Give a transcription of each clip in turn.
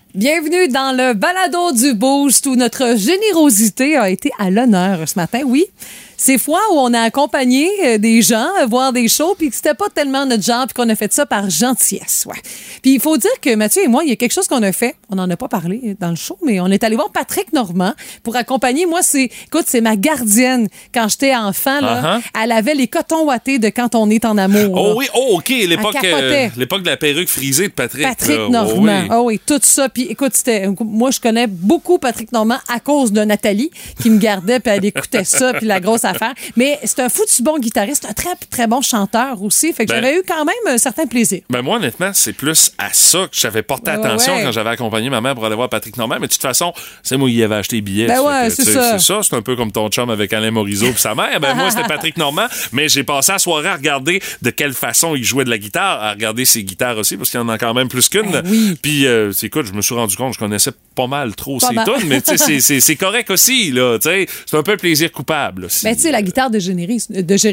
Bienvenue dans le balado du Boost où notre générosité a été à l'honneur ce matin. Oui, ces fois où on a accompagné des gens voir des shows puis que c'était pas tellement notre genre puis qu'on a fait ça par gentillesse. Ouais. Puis il faut dire que Mathieu et moi, il y a quelque chose qu'on a fait. On n'en a pas parlé dans le show, mais on est allé voir Patrick Normand pour accompagner. Moi, c'est ma gardienne quand j'étais enfant. Là, Elle avait les cotons ouatés de Quand on est en amour. Oh là. oui, OK, l'époque de la perruque frisée de Patrick. Patrick Normand. Oh oui, tout ça. Puis écoute, moi, je connais beaucoup Patrick Normand à cause de Nathalie qui me gardait puis elle écoutait ça puis la grosse affaire. Mais c'est un foutu bon guitariste, un très, très bon chanteur aussi. Fait que j'avais eu quand même un certain plaisir. Ben moi, honnêtement, c'est plus à ça que j'avais porté attention quand j'avais accompagné ma mère pour aller voir Patrick Normand. Mais de toute façon, c'est moi qui avais acheté les billets. C'est ça. C'est un peu comme ton chum avec Alain Morisot et sa mère. Ben moi, c'était Patrick Normand. Mais j'ai passé la soirée à regarder de quelle façon il jouait de la guitare, à regarder ses guitares aussi, parce qu'il y en a quand même plus qu'une. Oui. Puis, écoute, je me suis rendu compte, je connaissais pas mal trop ses tunes, mais tu sais, c'est correct aussi, là. Tu sais, c'est un peu un plaisir coupable. Aussi. Ben, tu sais, la guitare de Généry.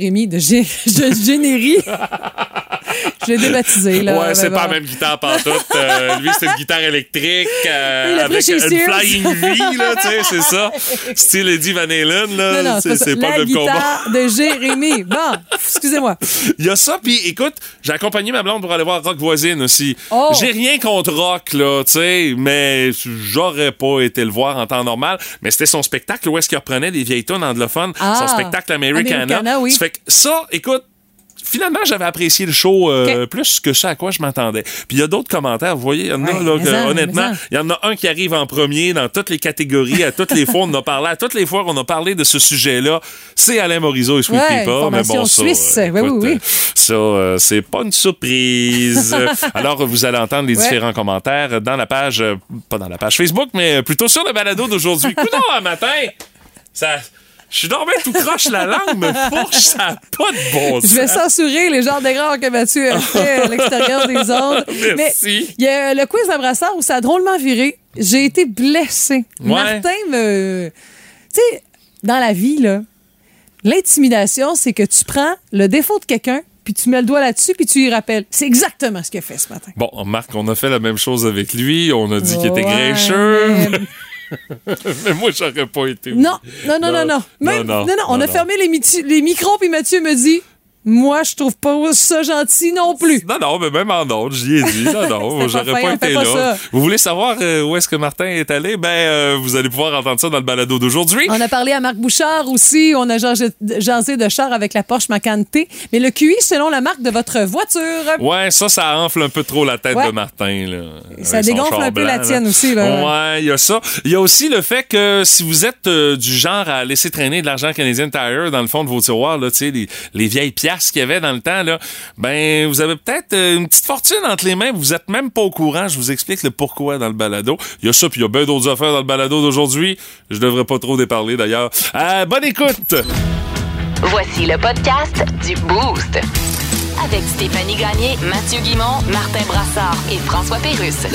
Je l'ai débaptisé, là. Ouais, c'est pas la même guitare pantoute. Lui, c'est une guitare électrique avec une Flying V, là, tu sais, c'est ça. Style Eddie Van Halen, là. Non, c'est pas le même combat. La guitare de Jérémy. Bon, excusez-moi. Il y a ça, puis écoute, j'ai accompagné ma blonde pour aller voir Rock Voisine aussi. Oh. J'ai rien contre Rock, là, tu sais, mais j'aurais pas été le voir en temps normal. Mais c'était son spectacle où est-ce qu'il reprenait des vieilles tunes anglophones. Son spectacle Americana. Oui. Ça fait que ça, écoute, finalement, j'avais apprécié le show plus que ça à quoi je m'attendais. Puis il y a d'autres commentaires. Vous voyez, il y en a, là, honnêtement, il y en a un qui arrive en premier dans toutes les catégories. À toutes les fois, on en a parlé. À toutes les fois qu'on a parlé de ce sujet-là, c'est Alain Morisot et Sweet People. Mais bon, ça, suisse. Écoute, oui. Ça, c'est pas une surprise. Alors, vous allez entendre les différents commentaires dans la page, pas dans la page Facebook, mais plutôt sur le balado d'aujourd'hui. Coudonc, un matin, ça... Je suis dormi tout croche, la langue me fourche, ça n'a pas de bon sens. Je vais censurer les genres d'erreurs que Mathieu a fait à l'extérieur des ondes. Merci. Il y a le quiz à brassard où ça a drôlement viré. J'ai été blessée. Ouais. Martin me... Tu sais, dans la vie, là, l'intimidation, c'est que tu prends le défaut de quelqu'un puis tu mets le doigt là-dessus, puis tu y rappelles. C'est exactement ce qu'il a fait ce matin. Bon, Marc, on a fait la même chose avec lui. On a dit qu'il était grincheux. Mais moi, j'aurais pas été. Non. On a fermé les micros, puis Mathieu me dit... Moi, je trouve pas ça gentil non plus. Non, mais même en ordre, j'y ai dit. Non, j'aurais pas été là. Vous voulez savoir où est-ce que Martin est allé? Vous allez pouvoir entendre ça dans le balado d'aujourd'hui. On a parlé à Marc Bouchard aussi. On a jasé de char avec la Porsche Macan T. Mais le QI, selon la marque de votre voiture... Ouais, ça enfle un peu trop la tête de Martin. Là, ça dégonfle un peu la tienne aussi. Là. Ouais, il y a ça. Il y a aussi le fait que si vous êtes du genre à laisser traîner de l'argent Canadian Tire dans le fond de vos tiroirs, là, les vieilles piastres qu'il y avait dans le temps, là, vous avez peut-être une petite fortune entre les mains, vous êtes même pas au courant, je vous explique le pourquoi dans le balado. Il y a ça, puis il y a bien d'autres affaires dans le balado d'aujourd'hui. Je devrais pas trop déparler d'ailleurs. Bonne écoute! Voici le podcast du Boost. Avec Stéphanie Gagné, Mathieu Guimont, Martin Brassard et François Pérusse.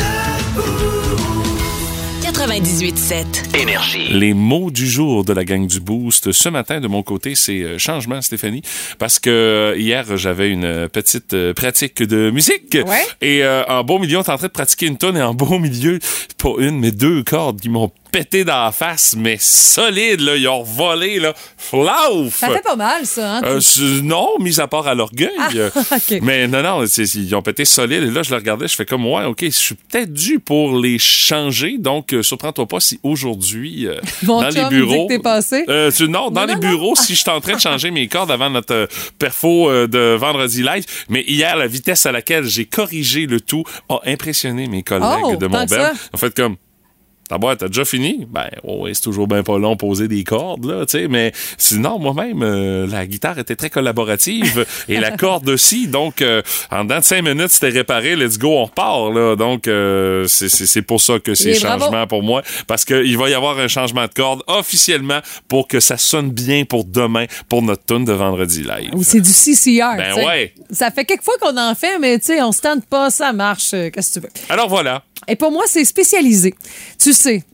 98.7 Énergie. Les mots du jour de la gang du Boost. Ce matin, de mon côté, c'est changement, Stéphanie, parce que hier, j'avais une petite pratique de musique. Ouais. Et en beau milieu, on est en train de pratiquer une tonne, et en beau milieu, pas une, mais deux cordes qui m'ont pété dans la face, mais solide, là. Ils ont volé, là. Flauf! Ça fait pas mal, ça, hein? Non, mis à part à l'orgueil. Okay. Mais non, ils ont pété solide. Et là, je le regardais, je fais comme, ouais, OK, je suis peut-être dû pour les changer. Donc, surprends-toi pas si aujourd'hui, dans les bureaux... Dit que t'es passé? Dans les bureaux, si je suis en train de changer mes cordes avant notre perfo de vendredi live. Mais hier, la vitesse à laquelle j'ai corrigé le tout a impressionné mes collègues de mon band. En fait, comme... D'abord, t'as déjà fini? Ouais, c'est toujours bien pas long poser des cordes, là, tu sais, mais sinon, moi-même, la guitare était très collaborative et la corde aussi, donc, en dedans de 5 minutes, c'était réparé, let's go, on repart, là, donc, c'est pour ça que c'est changement pour moi, parce qu'il va y avoir un changement de corde officiellement pour que ça sonne bien pour demain, pour notre tune de vendredi live. Ou c'est du CCR, ouais. Ça fait quelques fois qu'on en fait, mais tu sais, on se tente pas, ça marche, qu'est-ce que tu veux? Alors voilà. Et pour moi, c'est spécialisé. Tu sais,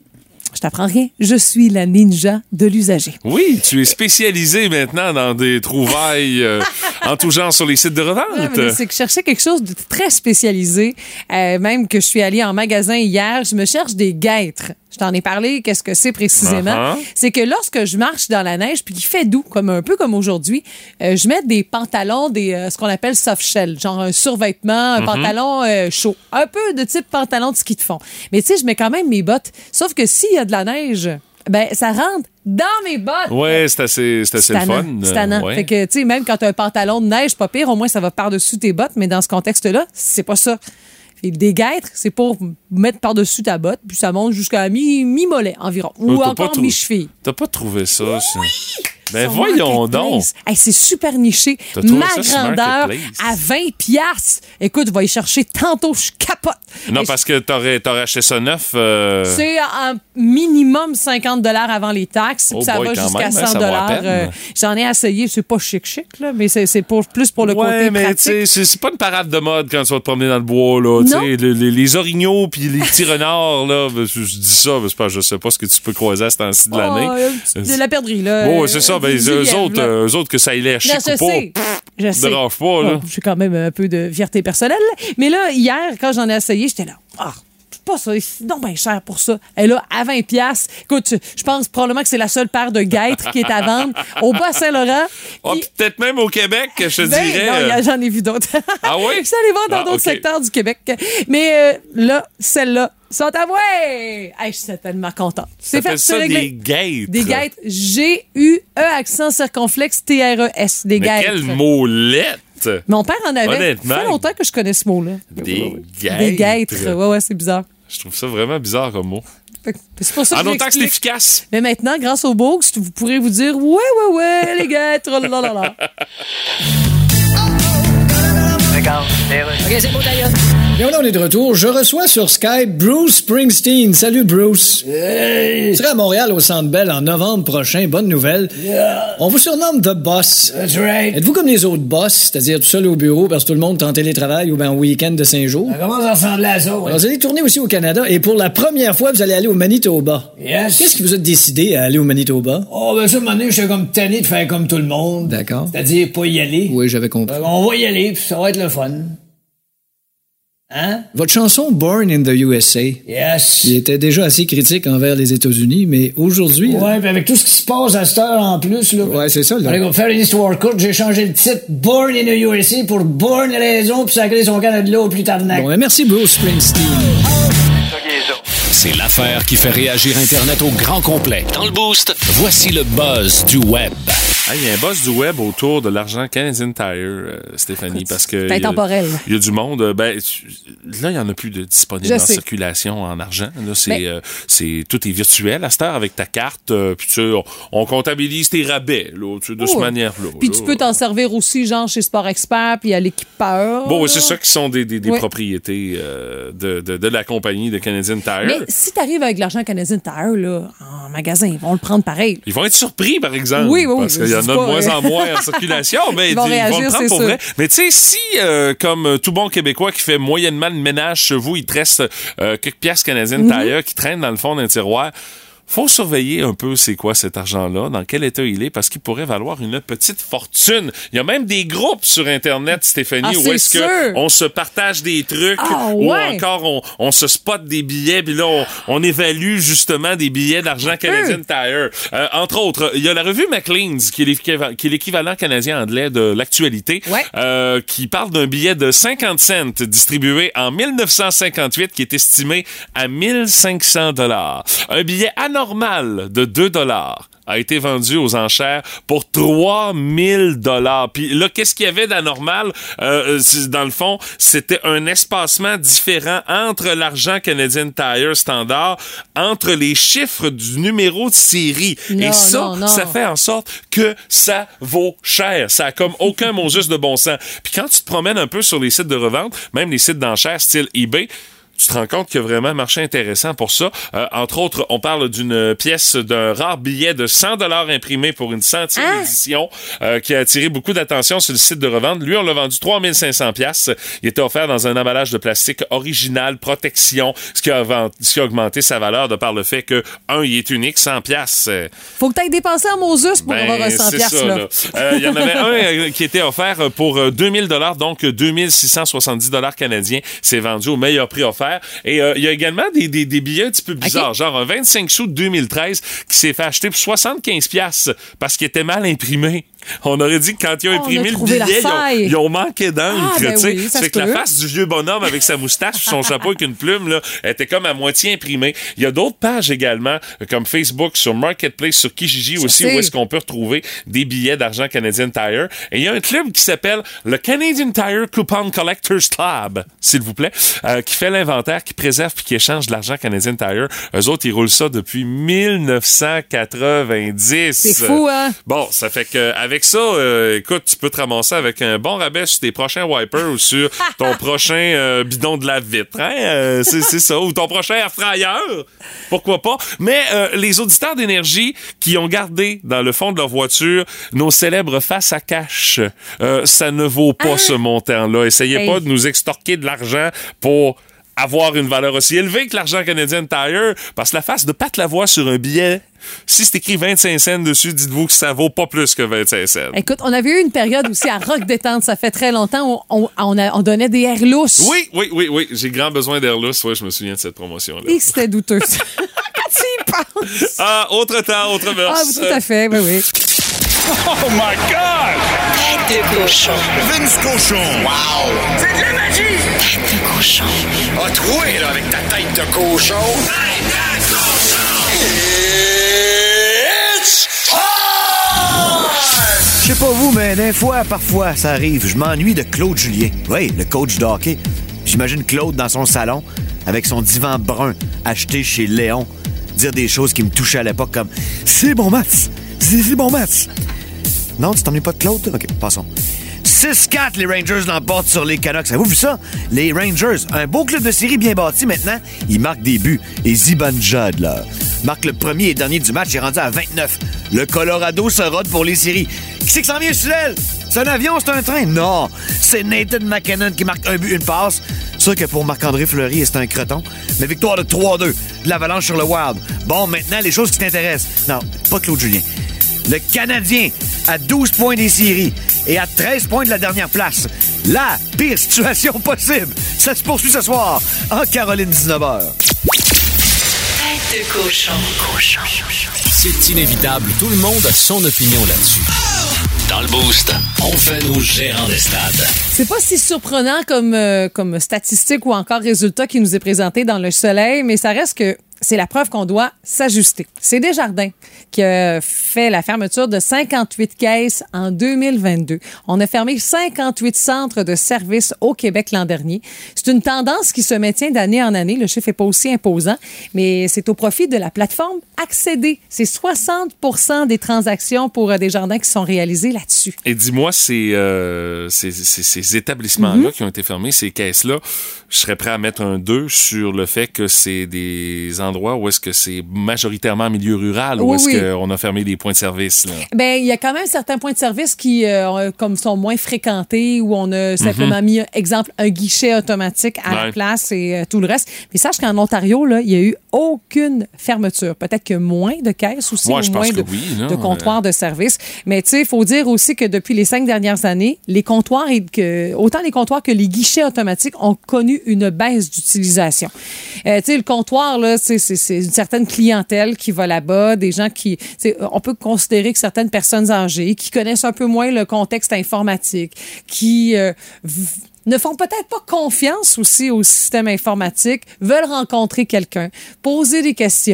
Je t'apprends rien. Je suis la ninja de l'usager. Oui, tu es spécialisé maintenant dans des trouvailles en tout genre sur les sites de revente. Ouais, c'est que je cherchais quelque chose de très spécialisé. Même que je suis allée en magasin hier, je me cherche des guêtres. Je t'en ai parlé, qu'est-ce que c'est précisément? C'est que lorsque je marche dans la neige puis qu'il fait doux, un peu comme aujourd'hui, je mets des pantalons, ce qu'on appelle soft shell, genre un survêtement, un pantalon chaud. Un peu de type pantalon de ski de fond. Mais tu sais, je mets quand même mes bottes. Sauf que s'il y a de la neige, ça rentre dans mes bottes. Ouais, c'est assez le fun. C'est tannant. Ouais. Fait que, tu sais, même quand tu as un pantalon de neige, pas pire, au moins ça va par-dessus tes bottes, mais dans ce contexte-là, c'est pas ça. Et des guêtres, c'est pour mettre par-dessus ta botte, puis ça monte jusqu'à mi-mollet environ. Ou encore mi-cheville. T'as pas trouvé ça? Oui! Ben voyons donc. Hey, c'est super niché. Ma grandeur à 20$. Écoute, va y chercher tantôt, je capote. Non, parce que t'aurais acheté ça neuf. C'est un minimum 50$ avant les taxes. Ça va jusqu'à 100$. J'en ai essayé. C'est pas chic, là, mais c'est plus pour le côté mais pratique. C'est pas une parade de mode quand tu vas te promener dans le bois. Là, les orignaux puis les petits renards, là, je dis ça, parce que je sais pas ce que tu peux croiser à ce temps-ci de l'année. De la perdrix, là. Bon, c'est ça. Ben, eux autres, que ça y lèche ou pas, je sais. dérange pas. Là. J'ai quand même un peu de fierté personnelle. Mais là, hier, quand j'en ai essayé, j'étais là, pas ça, c'est donc bien cher pour ça. Et là, à 20$, écoute, je pense probablement que c'est la seule paire de guêtres qui est à vendre au Bas-Saint-Laurent. Peut-être même au Québec, je te dirais. Non, j'en ai vu d'autres. Ah oui? Je suis allée voir dans d'autres secteurs du Québec. Mais là, celle-là, sont à moi! Hey, je suis tellement contente. C'est fait, ça des guêtres. Des guêtres. G-U-E, accent circonflexe, T-R-E-S. Des guêtres. Quelle molette! Mon père en avait. Honnêtement. Ça fait longtemps que je connais ce mot-là. Des guêtres. Des guêtres. Ouais, c'est bizarre. Je trouve ça vraiment bizarre comme mot. C'est pour ça que en autant que c'est efficace. Mais maintenant, grâce au Boost, vous pourrez vous dire ouais, les guêtres, là. OK, c'est beau, d'ailleurs. Bien, on est de retour. Je reçois sur Skype Bruce Springsteen. Salut, Bruce. Hey. Tu seras à Montréal au Centre Bell en novembre prochain. Bonne nouvelle. Yeah. On vous surnomme The Boss. That's right. Êtes-vous comme les autres boss, c'est-à-dire tout seul au bureau parce que tout le monde est en télétravail ou bien en week-end de 5 jours? Comment ça ressemble à ça? Ouais. Alors, vous allez tourner aussi au Canada et pour la première fois, vous allez aller au Manitoba. Yes. Qu'est-ce qui vous a décidé à aller au Manitoba? Oh, ben ça, à un moment donné, j'étais comme tanné de faire comme tout le monde. D'accord. C'est-à-dire pas y aller. Oui, j'avais compris. On va y aller, puis ça va être le fun. Hein? Votre chanson Born in the USA, yes, qui était déjà assez critique envers les États-Unis, mais aujourd'hui... Ouais, puis avec tout ce qui se passe à cette heure en plus, là... Ouais, c'est ça, là. Allez, on va faire une histoire courte, j'ai changé le titre Born in the USA pour Born Raison, puis sacrer son Canada au plus tarnac. Bon, merci Bruce Springsteen. C'est l'affaire qui fait réagir Internet au grand complet. Dans le Boost, voici le buzz du web. Il y a un buzz du web autour de l'argent Canadian Tire, Stéphanie, parce que c'est intemporel. Il y a du monde. Là, il y en a plus de disponible en circulation en argent. Là, tout est virtuel à cette heure avec ta carte. Puis tu sais, on comptabilise tes rabais là, de cette manière-là. Puis tu peux t'en servir aussi, genre chez Sport Expert, puis à l'équipeur. Bon, c'est ça qui sont des propriétés de la compagnie de Canadian Tire. Mais si t'arrives avec l'argent Canadian Tire là, en magasin, ils vont le prendre pareil. Ils vont être surpris, par exemple. Oui. Parce qu'il y en a de moins en moins en circulation. Mais ils vont le prendre pour vrai. Mais tu sais, si, comme tout bon Québécois qui fait moyennement de ménage chez vous, il te reste quelques piastres Canadian Tire qui traînent dans le fond d'un tiroir, faut surveiller un peu c'est quoi cet argent-là, dans quel état il est, parce qu'il pourrait valoir une petite fortune. Il y a même des groupes sur Internet, Stéphanie, où est-ce que on se partage des trucs, ou encore on se spot des billets, puis là on évalue justement des billets d'argent Canadian Tire. Entre autres, il y a la revue Maclean's, qui est l'équivalent canadien-anglais de l'actualité, qui parle d'un billet de 50 cents distribué en 1958 qui est estimé à 1500 $. Un billet anormal de 2 $ a été vendu aux enchères pour 3000 $. Puis là, qu'est-ce qu'il y avait d'anormal? Dans le fond, c'était un espacement différent entre l'argent Canadian Tire standard, entre les chiffres du numéro de série. Et ça fait en sorte que ça vaut cher. Ça a comme aucun mot juste de bon sens. Puis quand tu te promènes un peu sur les sites de revente, même les sites d'enchères style eBay, tu te rends compte qu'il y a vraiment un marché intéressant pour ça. Entre autres, on parle d'une pièce d'un rare billet de 100$ imprimé pour une 100e édition qui a attiré beaucoup d'attention sur le site de revente. Lui, on l'a vendu 3500$. Il était offert dans un emballage de plastique original, protection, ce qui a augmenté sa valeur de par le fait que, il est unique, 100$. Faut que tu ailles dépenser en Moses pour avoir un 100$. Là. Il y en avait un qui était offert pour 2000$, donc 2670$ canadiens. C'est vendu au meilleur prix offert. Et il y a également des billets un petit peu bizarres, genre un 25 sous de 2013 qui s'est fait acheter pour 75$ parce qu'il était mal imprimé. On aurait dit que quand ils ont imprimé le billet, ils ont manqué d'encre. Oui, ça fait que la face du vieux bonhomme avec sa moustache et son chapeau avec une plume là, était comme à moitié imprimée. Il y a d'autres pages également, comme Facebook, sur Marketplace, sur Kijiji aussi, où est-ce qu'on peut retrouver des billets d'argent Canadian Tire. Et il y a un club qui s'appelle le Canadian Tire Coupon Collectors Club, s'il vous plaît, qui fait l'inventaire, qui préserve puis qui échange de l'argent Canadian Tire. Eux autres, ils roulent ça depuis 1990. C'est fou, hein? Bon, ça fait que avec ça, écoute, tu peux te ramasser avec un bon rabais sur tes prochains wipers ou sur ton prochain bidon de lave-vitre. Hein? C'est ça. Ou ton prochain air fryer. Pourquoi pas? Mais les auditeurs d'énergie qui ont gardé dans le fond de leur voiture nos célèbres faces à cash, ça ne vaut pas ce montant-là. Essayez pas de nous extorquer de l'argent pour avoir une valeur aussi élevée que l'argent Canadian Tire, parce que la face de Pat Lavoie sur un billet, si c'est écrit 25 cents dessus, dites-vous que ça vaut pas plus que 25 cents. Écoute, on avait eu une période aussi à Rock Détente, ça fait très longtemps, où on donnait des airs lousses. Oui. J'ai grand besoin d'air lousse. Ouais, je me souviens de cette promotion-là. Et c'était douteux. Tu y penses? Autre temps, autre mœurs. Tout à fait, oui. Oh my God! Tête de cochon. Vince Cochon. Wow! C'est de la magie! Tête de cochon. A troué, là, avec ta tête de cochon. Tête de cochon! It's time! Je sais pas vous, mais des fois, parfois, ça arrive. Je m'ennuie de Claude Julien. Oui, le coach de hockey. J'imagine Claude dans son salon, avec son divan brun, acheté chez Léon, dire des choses qui me touchaient à l'époque comme « C'est bon, Mats! C'est bon, Mats! » Non, tu t'ennuies pas de Claude? OK, passons. 6-4, les Rangers l'emportent sur les Canucks. Avez-vous vu ça? Les Rangers, un beau club de série bien bâti maintenant, ils marquent des buts. Et Zibanejad, là, marque le premier et dernier du match, il est rendu à 29. Le Colorado se rôde pour les séries. Qui c'est qui s'en vient sur l'aile? C'est un avion, c'est un train? Non! C'est Nathan McKinnon qui marque un but, une passe. C'est sûr que pour Marc-André Fleury, c'est un creton. Mais victoire de 3-2 de l'Avalanche sur le Wild. Bon, maintenant, les choses qui t'intéressent. Non, pas Claude Julien. Le Canadien à 12 points des séries et à 13 points de la dernière place. La pire situation possible. Ça se poursuit ce soir en Caroline 19h. Tête de cochon. C'est inévitable. Tout le monde a son opinion là-dessus. Dans le Boost, on fait nos gérants des stades. C'est pas si surprenant comme statistique ou encore résultat qui nous est présenté dans Le Soleil, mais ça reste que c'est la preuve qu'on doit s'ajuster. C'est Desjardins qui a fait la fermeture de 58 caisses en 2022. On a fermé 58 centres de services au Québec l'an dernier. C'est une tendance qui se maintient d'année en année. Le chiffre n'est pas aussi imposant, mais c'est au profit de la plateforme Accéder. C'est 60% des transactions pour Desjardins qui sont réalisées là-dessus. Et dis-moi, ces établissements-là qui ont été fermés, ces caisses-là, je serais prêt à mettre un 2 sur le fait que c'est des endroits où est-ce que c'est majoritairement en milieu rural, où est-ce qu'on a fermé des points de service, là? Ben, il y a quand même certains points de service qui comme sont moins fréquentés, où on a simplement mis, exemple, un guichet automatique à la place et tout le reste. Mais sache qu'en Ontario, là, il n'y a eu aucune fermeture. Peut-être que moins de caisses aussi, ou moins de comptoirs de service. Mais tu sais, il faut dire aussi que depuis les 5 dernières années, les comptoirs, autant les comptoirs que les guichets automatiques ont connu une baisse d'utilisation. Tu sais, le comptoir, là, c'est une certaine clientèle qui va là-bas, des gens qui... On peut considérer que certaines personnes âgées qui connaissent un peu moins le contexte informatique, qui ne font peut-être pas confiance aussi au système informatique, veulent rencontrer quelqu'un, poser des questions,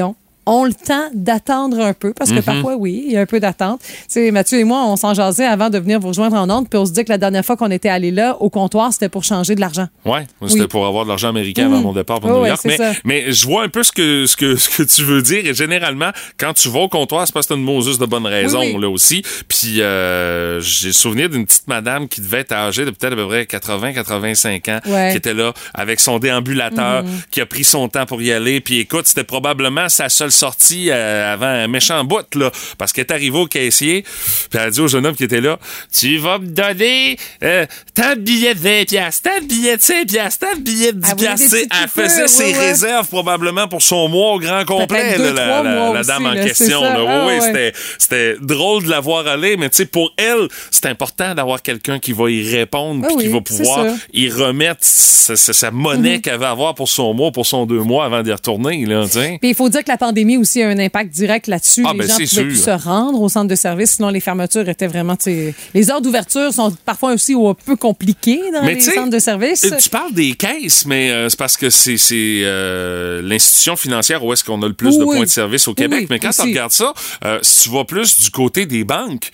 ont le temps d'attendre un peu, parce que parfois, oui, il y a un peu d'attente. Tu sais, Mathieu et moi, on s'en jasait avant de venir vous rejoindre en ondes, puis on se dit que la dernière fois qu'on était allés là, au comptoir, c'était pour changer de l'argent. Oui, c'était pour avoir de l'argent américain avant mon départ pour New York. Mais je vois un peu ce que tu veux dire, et généralement, quand tu vas au comptoir, c'est parce que t'as une Moses de bonne raison, là aussi. Puis j'ai souvenir d'une petite madame qui devait être âgée de peut-être à peu près 80-85 ans, qui était là avec son déambulateur, qui a pris son temps pour y aller. Puis écoute, c'était probablement sa seule sortie avant un méchant bout, là, parce qu'elle est arrivée au caissier, puis elle a dit au jeune homme qui était là, tu vas me donner tant de billets de 20 piastres, tant de billets de 5 piastres, tant de billets de 10 piastres. Elle faisait ses réserves probablement pour son mois au grand complet, la dame en question. C'était drôle de la voir aller, mais tu sais, pour elle, c'est important d'avoir quelqu'un qui va y répondre, puis qui va pouvoir y remettre sa monnaie qu'elle va avoir pour son mois, pour son 2 mois avant d'y retourner. Là, puis il faut dire que la pandémie aussi a un impact direct là-dessus. Les gens ne pouvaient plus se rendre au centre de service, sinon les fermetures étaient vraiment... Les heures d'ouverture sont parfois aussi un peu compliquées dans les centres de service. Tu parles des caisses, mais c'est parce que c'est l'institution financière où est-ce qu'on a le plus de points de service au Québec. Mais quand tu regardes ça, si tu vas plus du côté des banques,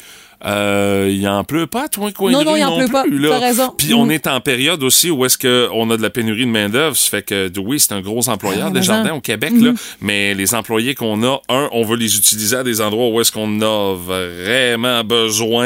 il en pleut pas, toi, coin de rue, non, il en pleut pas. T'as raison. Puis on est en période aussi où est-ce que on a de la pénurie de main-d'œuvre. Ça fait que, oui, c'est un gros employeur, Desjardins, au Québec, là. Mais les employés qu'on a, on veut les utiliser à des endroits où est-ce qu'on a vraiment besoin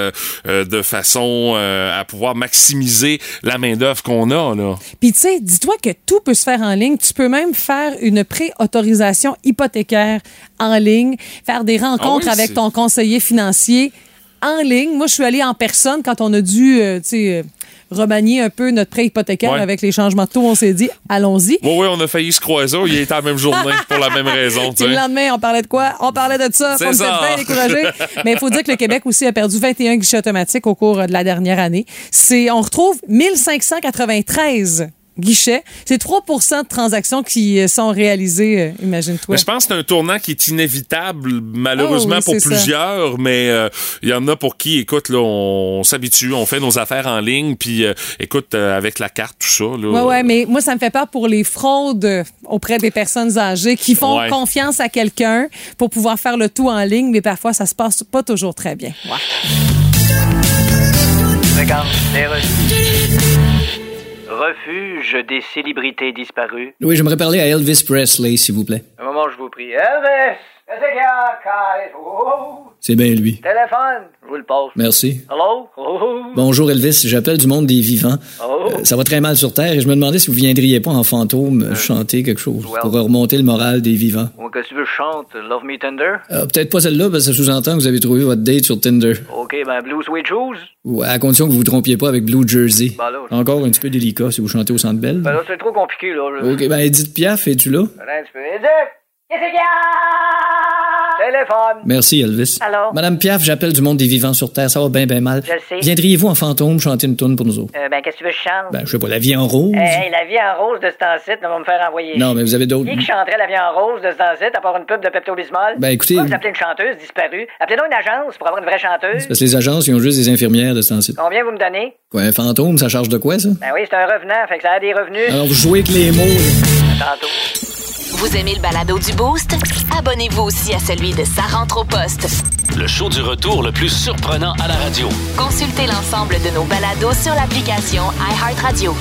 de façon à pouvoir maximiser la main-d'œuvre qu'on a, là. Puis, tu sais, dis-toi que tout peut se faire en ligne. Tu peux même faire une préautorisation hypothécaire en ligne, faire des rencontres avec ton conseiller financier en ligne. Moi, je suis allée en personne quand on a dû, remanier un peu notre prêt hypothécaire avec les changements de taux. On s'est dit, allons-y. Oui, on a failli se croiser. Il était à la même journée pour la même raison. Le lendemain, on parlait de quoi? On parlait de ça. On était bien découragés. Mais il faut dire que le Québec aussi a perdu 21 guichets automatiques au cours de la dernière année. On retrouve 1593 guichets. C'est 3% de transactions qui sont réalisées, imagine-toi. Mais je pense que c'est un tournant qui est inévitable, malheureusement pour plusieurs, mais il y en a pour qui, écoute, là, on s'habitue, on fait nos affaires en ligne, puis écoute, avec la carte, tout ça. Oui, mais moi, ça me fait peur pour les fraudes auprès des personnes âgées qui font confiance à quelqu'un pour pouvoir faire le tout en ligne, mais parfois, ça se passe pas toujours très bien. Regarde, Refuge des célébrités disparues. Oui, j'aimerais parler à Elvis Presley, s'il vous plaît. Un moment, je vous prie. Elvis! C'est bien lui. Téléphone! Je vous le pose. Merci. Hello? Bonjour Elvis, j'appelle du monde des vivants. Ça va très mal sur Terre et je me demandais si vous viendriez pas en fantôme chanter quelque chose pour remonter le moral des vivants. Qu'est-ce que tu veux que je chante? Love Me Tender? Peut-être pas celle-là parce que ça sous-entend que vous avez trouvé votre date sur Tinder. OK, Blue Sweet Shoes? Ouais, à condition que vous vous trompiez pas avec Blue Jersey. Encore un petit peu délicat si vous chantez au Centre Bell. Là, c'est trop compliqué, là. OK, Edith Piaf, es-tu là? Un petit peu. Edith! Qu'est-ce qu'il y a? Téléphone. Merci, Elvis. Allô? Madame Piaf, j'appelle du monde des vivants sur Terre. Ça va bien mal. Je le sais. Viendriez-vous en fantôme chanter une toune pour nous autres? Qu'est-ce que tu veux que je chante? Je sais pas, La vie en rose. La vie en rose de ce temps-ci, on va me faire envoyer. Non, mais vous avez d'autres. Qui chanterait La vie en rose de ce temps-ci, à part une pub de Pepto-Bismol? Écoutez. Vous appelez une chanteuse disparue. Appelez-donc une agence pour avoir une vraie chanteuse. C'est parce que les agences, ils ont juste des infirmières de ce temps-ci. Combien vous me donnez? Quoi, un fantôme, ça charge de quoi, ça? Oui, c'est un revenant, fait que ça a des revenus. Alors, vous jouez avec les mots, là. Tantôt. Vous aimez le balado du Boost? Abonnez-vous aussi à celui de Sa rentre au poste. Le show du retour le plus surprenant à la radio. Consultez l'ensemble de nos balados sur l'application iHeartRadio.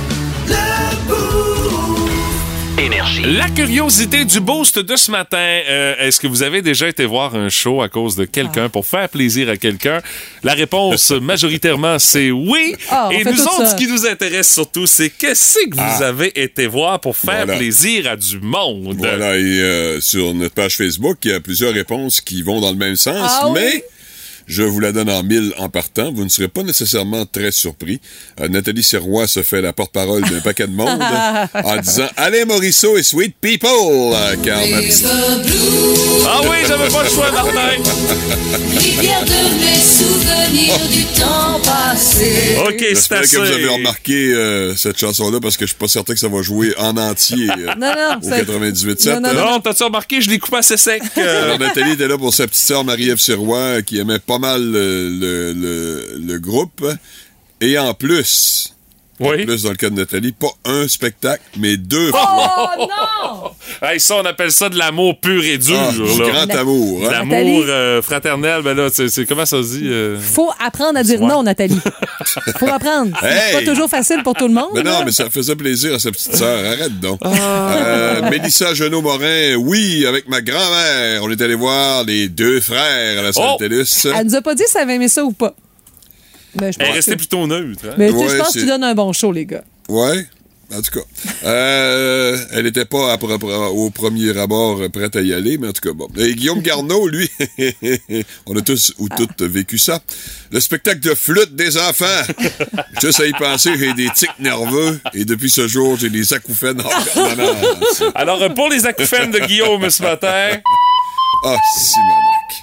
Énergie. La curiosité du Boost de ce matin. Est-ce que vous avez déjà été voir un show à cause de quelqu'un, pour faire plaisir à quelqu'un? La réponse, majoritairement, c'est oui. Et nous autres, ce qui nous intéresse surtout, c'est qu'est-ce que vous avez été voir pour faire plaisir à du monde? Voilà, et sur notre page Facebook, il y a plusieurs réponses qui vont dans le même sens, mais... Je vous la donne en 1000 en partant. Vous ne serez pas nécessairement très surpris. Nathalie Sirois se fait la porte-parole d'un paquet de monde en disant « Allez, Morisseau et Sweet People! » car ma petite... Ah oui, j'avais pas le choix, Martin! Rivière de mes souvenirs du temps passé. OK, c'est assez. que vous avez remarqué cette chanson-là parce que je suis pas certain que ça va jouer en entier au 98.7. Non, t'as-tu remarqué? Je l'ai coupé assez sec. Alors, Nathalie était là pour sa petite sœur Marie-Ève Sirois qui aimait pas mal le groupe. Et en plus, Oui. Plus dans le cas de Nathalie, pas un spectacle, mais 2 fois. Oh non! Hey, ça, on appelle ça de l'amour pur et dur. Du là. grand amour. Hein? L'amour fraternel, ben là, c'est comment ça se dit? Faut apprendre à dire non, Nathalie. Faut apprendre. C'est pas toujours facile pour tout le monde. Mais non, mais ça faisait plaisir à sa petite sœur. Arrête donc. Mélissa Genot-Morin, oui, avec ma grand-mère, on est allé voir les 2 frères à la salle TELUS. Elle nous a pas dit si elle avait aimé ça ou pas. Elle est restée plutôt neutre. Hein? Mais je pense que tu donnes un bon show, les gars. Ouais. En tout cas, elle n'était pas au premier abord prête à y aller, mais en tout cas, bon. Et Guillaume Garneau, lui, on a tous ou toutes vécu ça. Le spectacle de flûte des enfants. Juste à y penser, j'ai des tics nerveux et depuis ce jour, j'ai des acouphènes en permanence. Alors, pour les acouphènes de Guillaume ce matin... Ah, Simonac.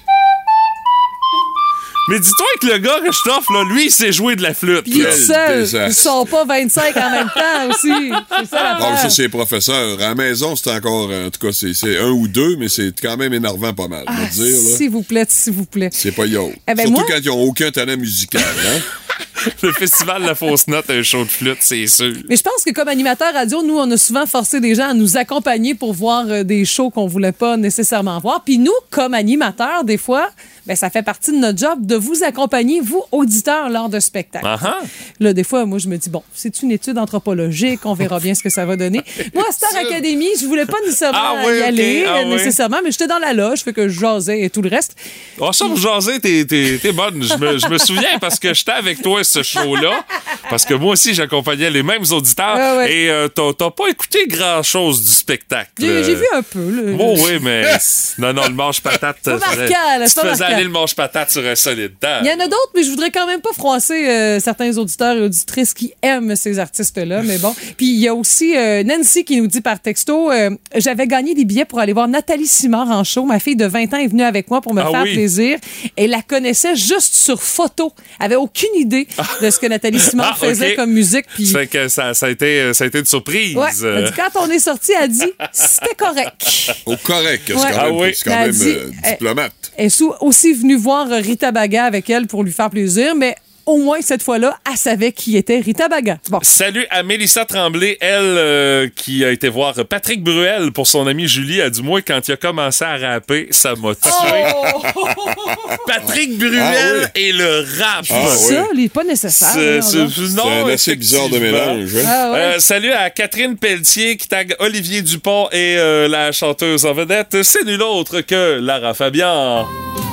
Mais dis-toi que le gars que je t'offre, là, lui, il sait jouer de la flûte. Puis il est seul. Ils sont pas 25 en même temps aussi. C'est ça l'affaire. Ah, ça, c'est professeur. À la maison, c'est encore... En tout cas, c'est 1 ou 2, mais c'est quand même énervant pas mal. Ah, dire, là. S'il vous plaît, s'il vous plaît. C'est pas yo. Eh ben, Surtout quand ils n'ont aucun talent musical, hein? Le festival La Fausse Note a un show de flûte, c'est sûr. Mais je pense que comme animateur radio, nous, on a souvent forcé des gens à nous accompagner pour voir des shows qu'on voulait pas nécessairement voir. Puis nous, comme animateurs, des fois, ben, ça fait partie de notre job de vous accompagner, vous, auditeurs, lors de spectacles. Uh-huh. Là, des fois, moi, je me dis, bon, c'est une étude anthropologique, on verra bien ce que ça va donner. Moi, à Star Academy, je voulais pas nécessairement y aller, nécessairement, mais j'étais dans la loge, fait que je jasais et tout le reste. Oh, ça, pour jaser, t'es bonne. Je me souviens parce que j'étais avec toi ce show-là, parce que moi aussi, j'accompagnais les mêmes auditeurs, et t'as pas écouté grand-chose du spectacle. J'ai vu un peu, là. Oh oui, mais non, le manche-patate... C'est pas marquant, là, c'est pas marquant. Aller le manche-patate sur un solide temps. Il y en a d'autres, mais je voudrais quand même pas froisser certains auditeurs et auditrices qui aiment ces artistes-là, mais bon. Puis il y a aussi Nancy qui nous dit par texto, j'avais gagné des billets pour aller voir Nathalie Simard en show. Ma fille de 20 ans est venue avec moi pour me faire plaisir. Elle la connaissait juste sur photo. Elle avait aucune idée de ce que Nathalie Simard faisait comme musique. Puis... Ça fait que ça a été une surprise. Ouais. Elle dit, quand on est sorti, elle dit c'était correct. Oh, correct. C'est quand même diplomate. Elle est aussi venue voir Rita Baga avec elle pour lui faire plaisir, mais au moins cette fois-là, elle savait qui était Rita Baga. Bon. Salut à Mélissa Tremblay, elle qui a été voir Patrick Bruel pour son amie Julie. Elle dit, moi, quand il a commencé à rapper, ça m'a tué. Patrick Bruel et le rap. Ça, il n'est pas nécessaire. C'est un assez bizarre de mélange. Hein? Salut à Catherine Pelletier qui tague Olivier Dupont et la chanteuse en vedette. C'est nul autre que Lara Fabian.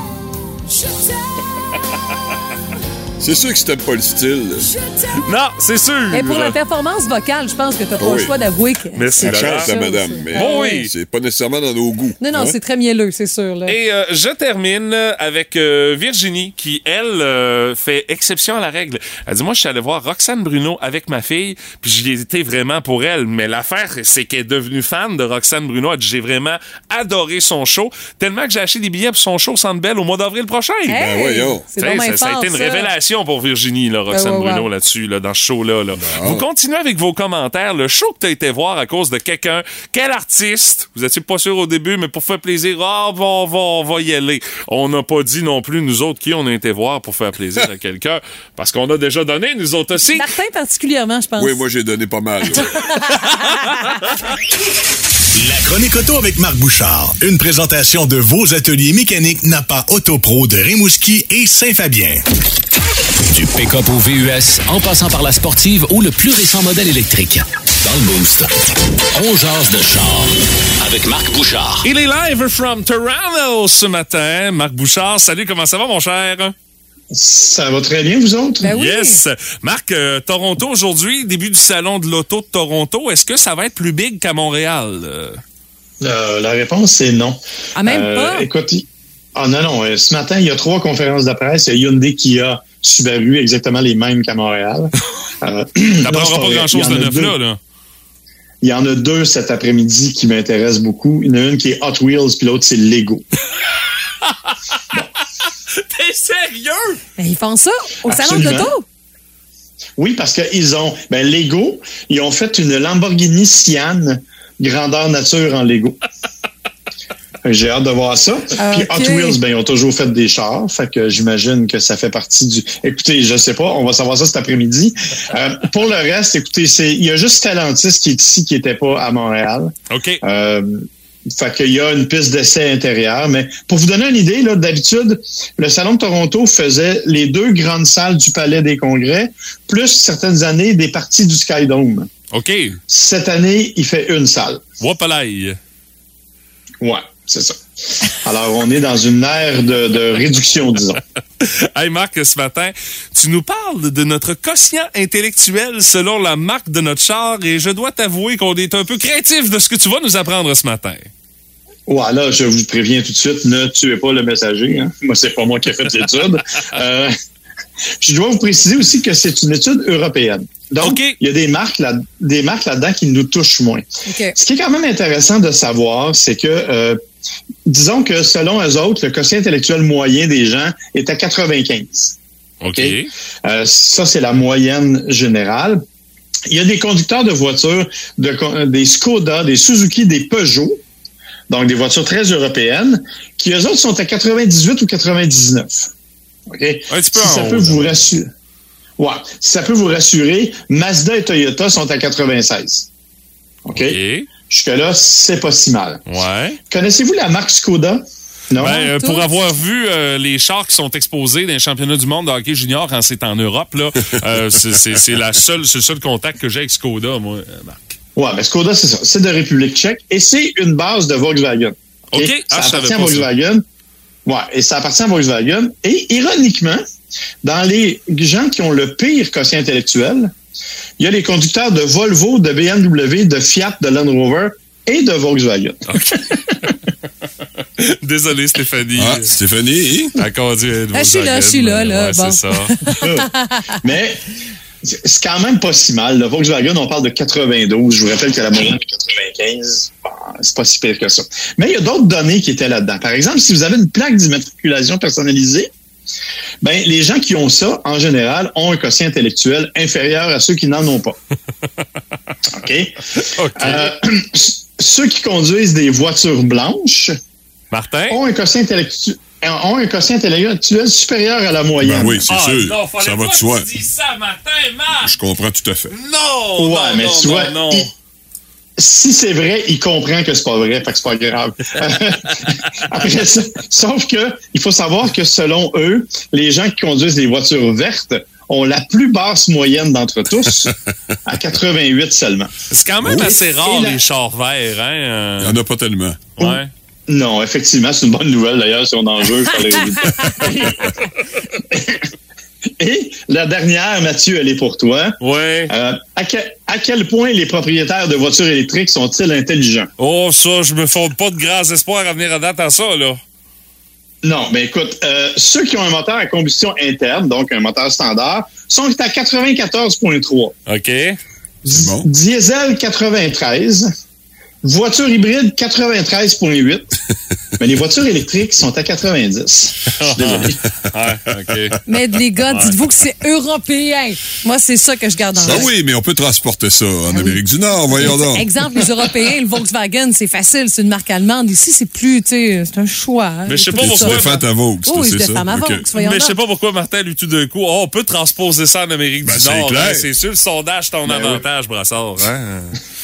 C'est sûr que c'était pas le style. Non, c'est sûr. Mais pour la performance vocale, je pense que t'as pas le choix d'avouer que c'est chance, madame. Mais c'est pas nécessairement dans nos goûts. Non, c'est très mielleux, c'est sûr. Là. Et je termine avec Virginie qui, elle, fait exception à la règle. Elle dit, moi, je suis allé voir Roxane Bruno avec ma fille, puis j'y étais vraiment pour elle. Mais l'affaire, c'est qu'elle est devenue fan de Roxane Bruno. Elle dit, j'ai vraiment adoré son show, tellement que j'ai acheté des billets pour son show au Centre Bell au mois d'avril prochain. Hey, ben voyons. Ça a été une révélation pour Virginie, là, Roxane Bruno, là-dessus, là, dans ce show-là. Là. Vous continuez avec vos commentaires. Le show que tu as été voir à cause de quelqu'un, quel artiste, vous étiez pas sûr au début, mais pour faire plaisir, on va y aller. On n'a pas dit non plus, nous autres, qui on a été voir pour faire plaisir à quelqu'un, parce qu'on a déjà donné, nous autres aussi. Martin particulièrement, je pense. Oui, moi, j'ai donné pas mal. La chronique auto avec Marc Bouchard. Une présentation de vos ateliers mécaniques Napa Autopro de Rimouski et Saint-Fabien. Du pick-up au VUS, en passant par la sportive ou le plus récent modèle électrique. Dans le Boost, on jase de char avec Marc Bouchard. Il est live from Toronto ce matin. Marc Bouchard, salut, comment ça va, mon cher? Ça va très bien, vous autres? Ben oui. Yes! Marc, Toronto aujourd'hui, début du salon de l'auto de Toronto. Est-ce que ça va être plus big qu'à Montréal? La réponse, c'est non. Ah, même pas? Écoute, non. Ce matin, il y a 3 conférences de presse. Il y a Hyundai, Kia, Subaru, exactement les mêmes qu'à Montréal. Ça prendra pas grand-chose de neuf là. Il y en a 2 cet après-midi qui m'intéressent beaucoup. Il y en a une qui est Hot Wheels, puis l'autre, c'est Lego. T'es sérieux? Ben, ils font ça au salon de l'auto? Oui, parce qu'ils ont... Lego, ils ont fait une Lamborghini Sian, grandeur nature en Lego. J'ai hâte de voir ça. Puis Hot Wheels, ils ont toujours fait des chars. Fait que j'imagine que ça fait partie du... Écoutez, je sais pas, on va savoir ça cet après-midi. Pour le reste, écoutez, il y a juste Stellantis qui est ici, qui était pas à Montréal. OK. Fait qu'il y a une piste d'essai intérieure. Mais pour vous donner une idée, là, d'habitude, le Salon de Toronto faisait les 2 grandes salles du Palais des Congrès, plus certaines années des parties du Skydome. OK. Cette année, il fait une salle. Wapalaï. Ouais, c'est ça. Alors, on est dans une ère de réduction, disons. Hey Marc, ce matin, tu nous parles de notre quotient intellectuel selon la marque de notre char et je dois t'avouer qu'on est un peu craintif de ce que tu vas nous apprendre ce matin. Ouais, là, je vous préviens tout de suite, ne tuez pas le messager. Hein? Moi, c'est pas moi qui ai fait l'étude. Je dois vous préciser aussi que c'est une étude européenne. Donc, il y a des marques là-dedans qui nous touchent moins. Okay. Ce qui est quand même intéressant de savoir, c'est que, disons que selon eux autres, le quotient intellectuel moyen des gens est à 95. OK. Ça, c'est la moyenne générale. Il y a des conducteurs de voitures, des Skoda, des Suzuki, des Peugeot, donc des voitures très européennes, qui eux autres sont à 98 ou 99. OK? Un petit peu si ça peut vous rassurer. Ouais. Si ça peut vous rassurer, Mazda et Toyota sont à 96. OK? Jusque-là, c'est pas si mal. Ouais. Connaissez-vous la marque Skoda? Non? Pour avoir vu les chars qui sont exposés dans les championnats du monde de hockey junior quand c'est en Europe, là, c'est le seul contact que j'ai avec Skoda, moi, Marc. Ouais, mais Skoda, c'est ça. C'est de République tchèque et c'est une base de Volkswagen. OK. Ça appartient à Volkswagen. Ouais, et ça appartient à Volkswagen. Et ironiquement, dans les gens qui ont le pire quotient intellectuel, il y a les conducteurs de Volvo, de BMW, de Fiat, de Land Rover et de Volkswagen. Okay. Désolé, Stéphanie. Ah, Stéphanie? Elle conduit une Volkswagen. Je suis là. Ouais, bon. c'est ça. Mais c'est quand même pas si mal. Le Volkswagen, on parle de 92. Je vous rappelle que la moyenne est 95. Bon, c'est pas si pire que ça. Mais il y a d'autres données qui étaient là-dedans. Par exemple, si vous avez une plaque d'immatriculation personnalisée, ben les gens qui ont ça, en général, ont un quotient intellectuel inférieur à ceux qui n'en ont pas. OK? Ceux qui conduisent des voitures blanches ont un quotient intellectuel supérieur à la moyenne. Ben oui, c'est sûr. Non, ça va de soi. Tu dis ça, Martin, Marc. Je comprends tout à fait. Non! Ouais, mais tu vois, si c'est vrai, il comprend que c'est pas vrai, fait que c'est pas grave. Après ça, sauf que il faut savoir que selon eux, les gens qui conduisent des voitures vertes ont la plus basse moyenne d'entre tous, à 88 seulement. C'est quand même assez rare, les chars verts, hein? Il n'y en a pas tellement. Ouais. Non, effectivement, c'est une bonne nouvelle, d'ailleurs, si on en veut. Et la dernière, Mathieu, elle est pour toi. Ouais. À quel point les propriétaires de voitures électriques sont-ils intelligents? Oh, ça, je me fonde pas de grands espoirs à venir à date à ça, là. Non, mais écoute, ceux qui ont un moteur à combustion interne, donc un moteur standard, sont à 94,3. OK. Bon. Diesel, 93. Voiture hybride, 93,8. Mais les voitures électriques sont à 90. Je suis désolé. OK. Mais les gars, dites-vous que c'est européen. Moi, c'est ça que je garde en tête. Ah oui, mais on peut transporter ça en Amérique du Nord, voyons donc. Exemple, les Européens, le Volkswagen, c'est facile, c'est une marque allemande. Ici, c'est plus, tu sais, c'est un choix. Hein, mais je sais pas pourquoi. Tu défends ta Vaux, oui, c'est je ça? défends ma Vaux, voyons. Mais je sais pas pourquoi Martin, lui, tout d'un coup, on peut transposer ça en Amérique du Nord. Clair. Hein, c'est sûr, le sondage ton avantage, oui. Brassard. Hein?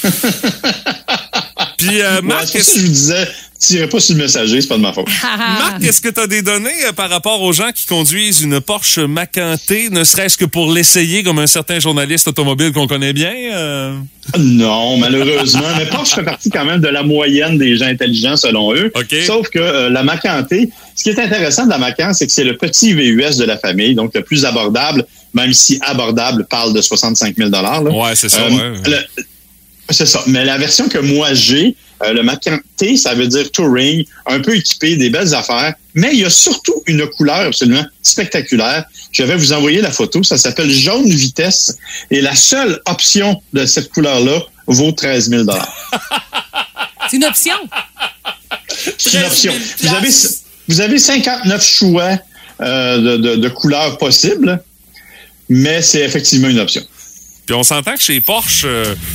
Puis, Marc, c'est ça que je vous disais, tirez pas sur le messager, c'est pas de ma faute. Marc, est-ce que tu as des données par rapport aux gens qui conduisent une Porsche Macan T, ne serait-ce que pour l'essayer, comme un certain journaliste automobile qu'on connaît bien? Non, malheureusement. Mais Porsche fait partie quand même de la moyenne des gens intelligents, selon eux. Okay. Sauf que la Macan T, ce qui est intéressant de la Macan, c'est que c'est le petit VUS de la famille, donc le plus abordable, même si abordable parle de 65 000 $. Ouais, c'est ça, ouais. C'est ça. Mais la version que moi j'ai, le Macan T, ça veut dire touring, un peu équipé, des belles affaires, mais il y a surtout une couleur absolument spectaculaire. Je vais vous envoyer la photo. Ça s'appelle jaune vitesse et la seule option de cette couleur-là vaut 13 000 $. C'est une option? C'est une option. Vous avez 59 choix de couleurs possibles, mais c'est effectivement une option. Puis on s'entend que chez Porsche...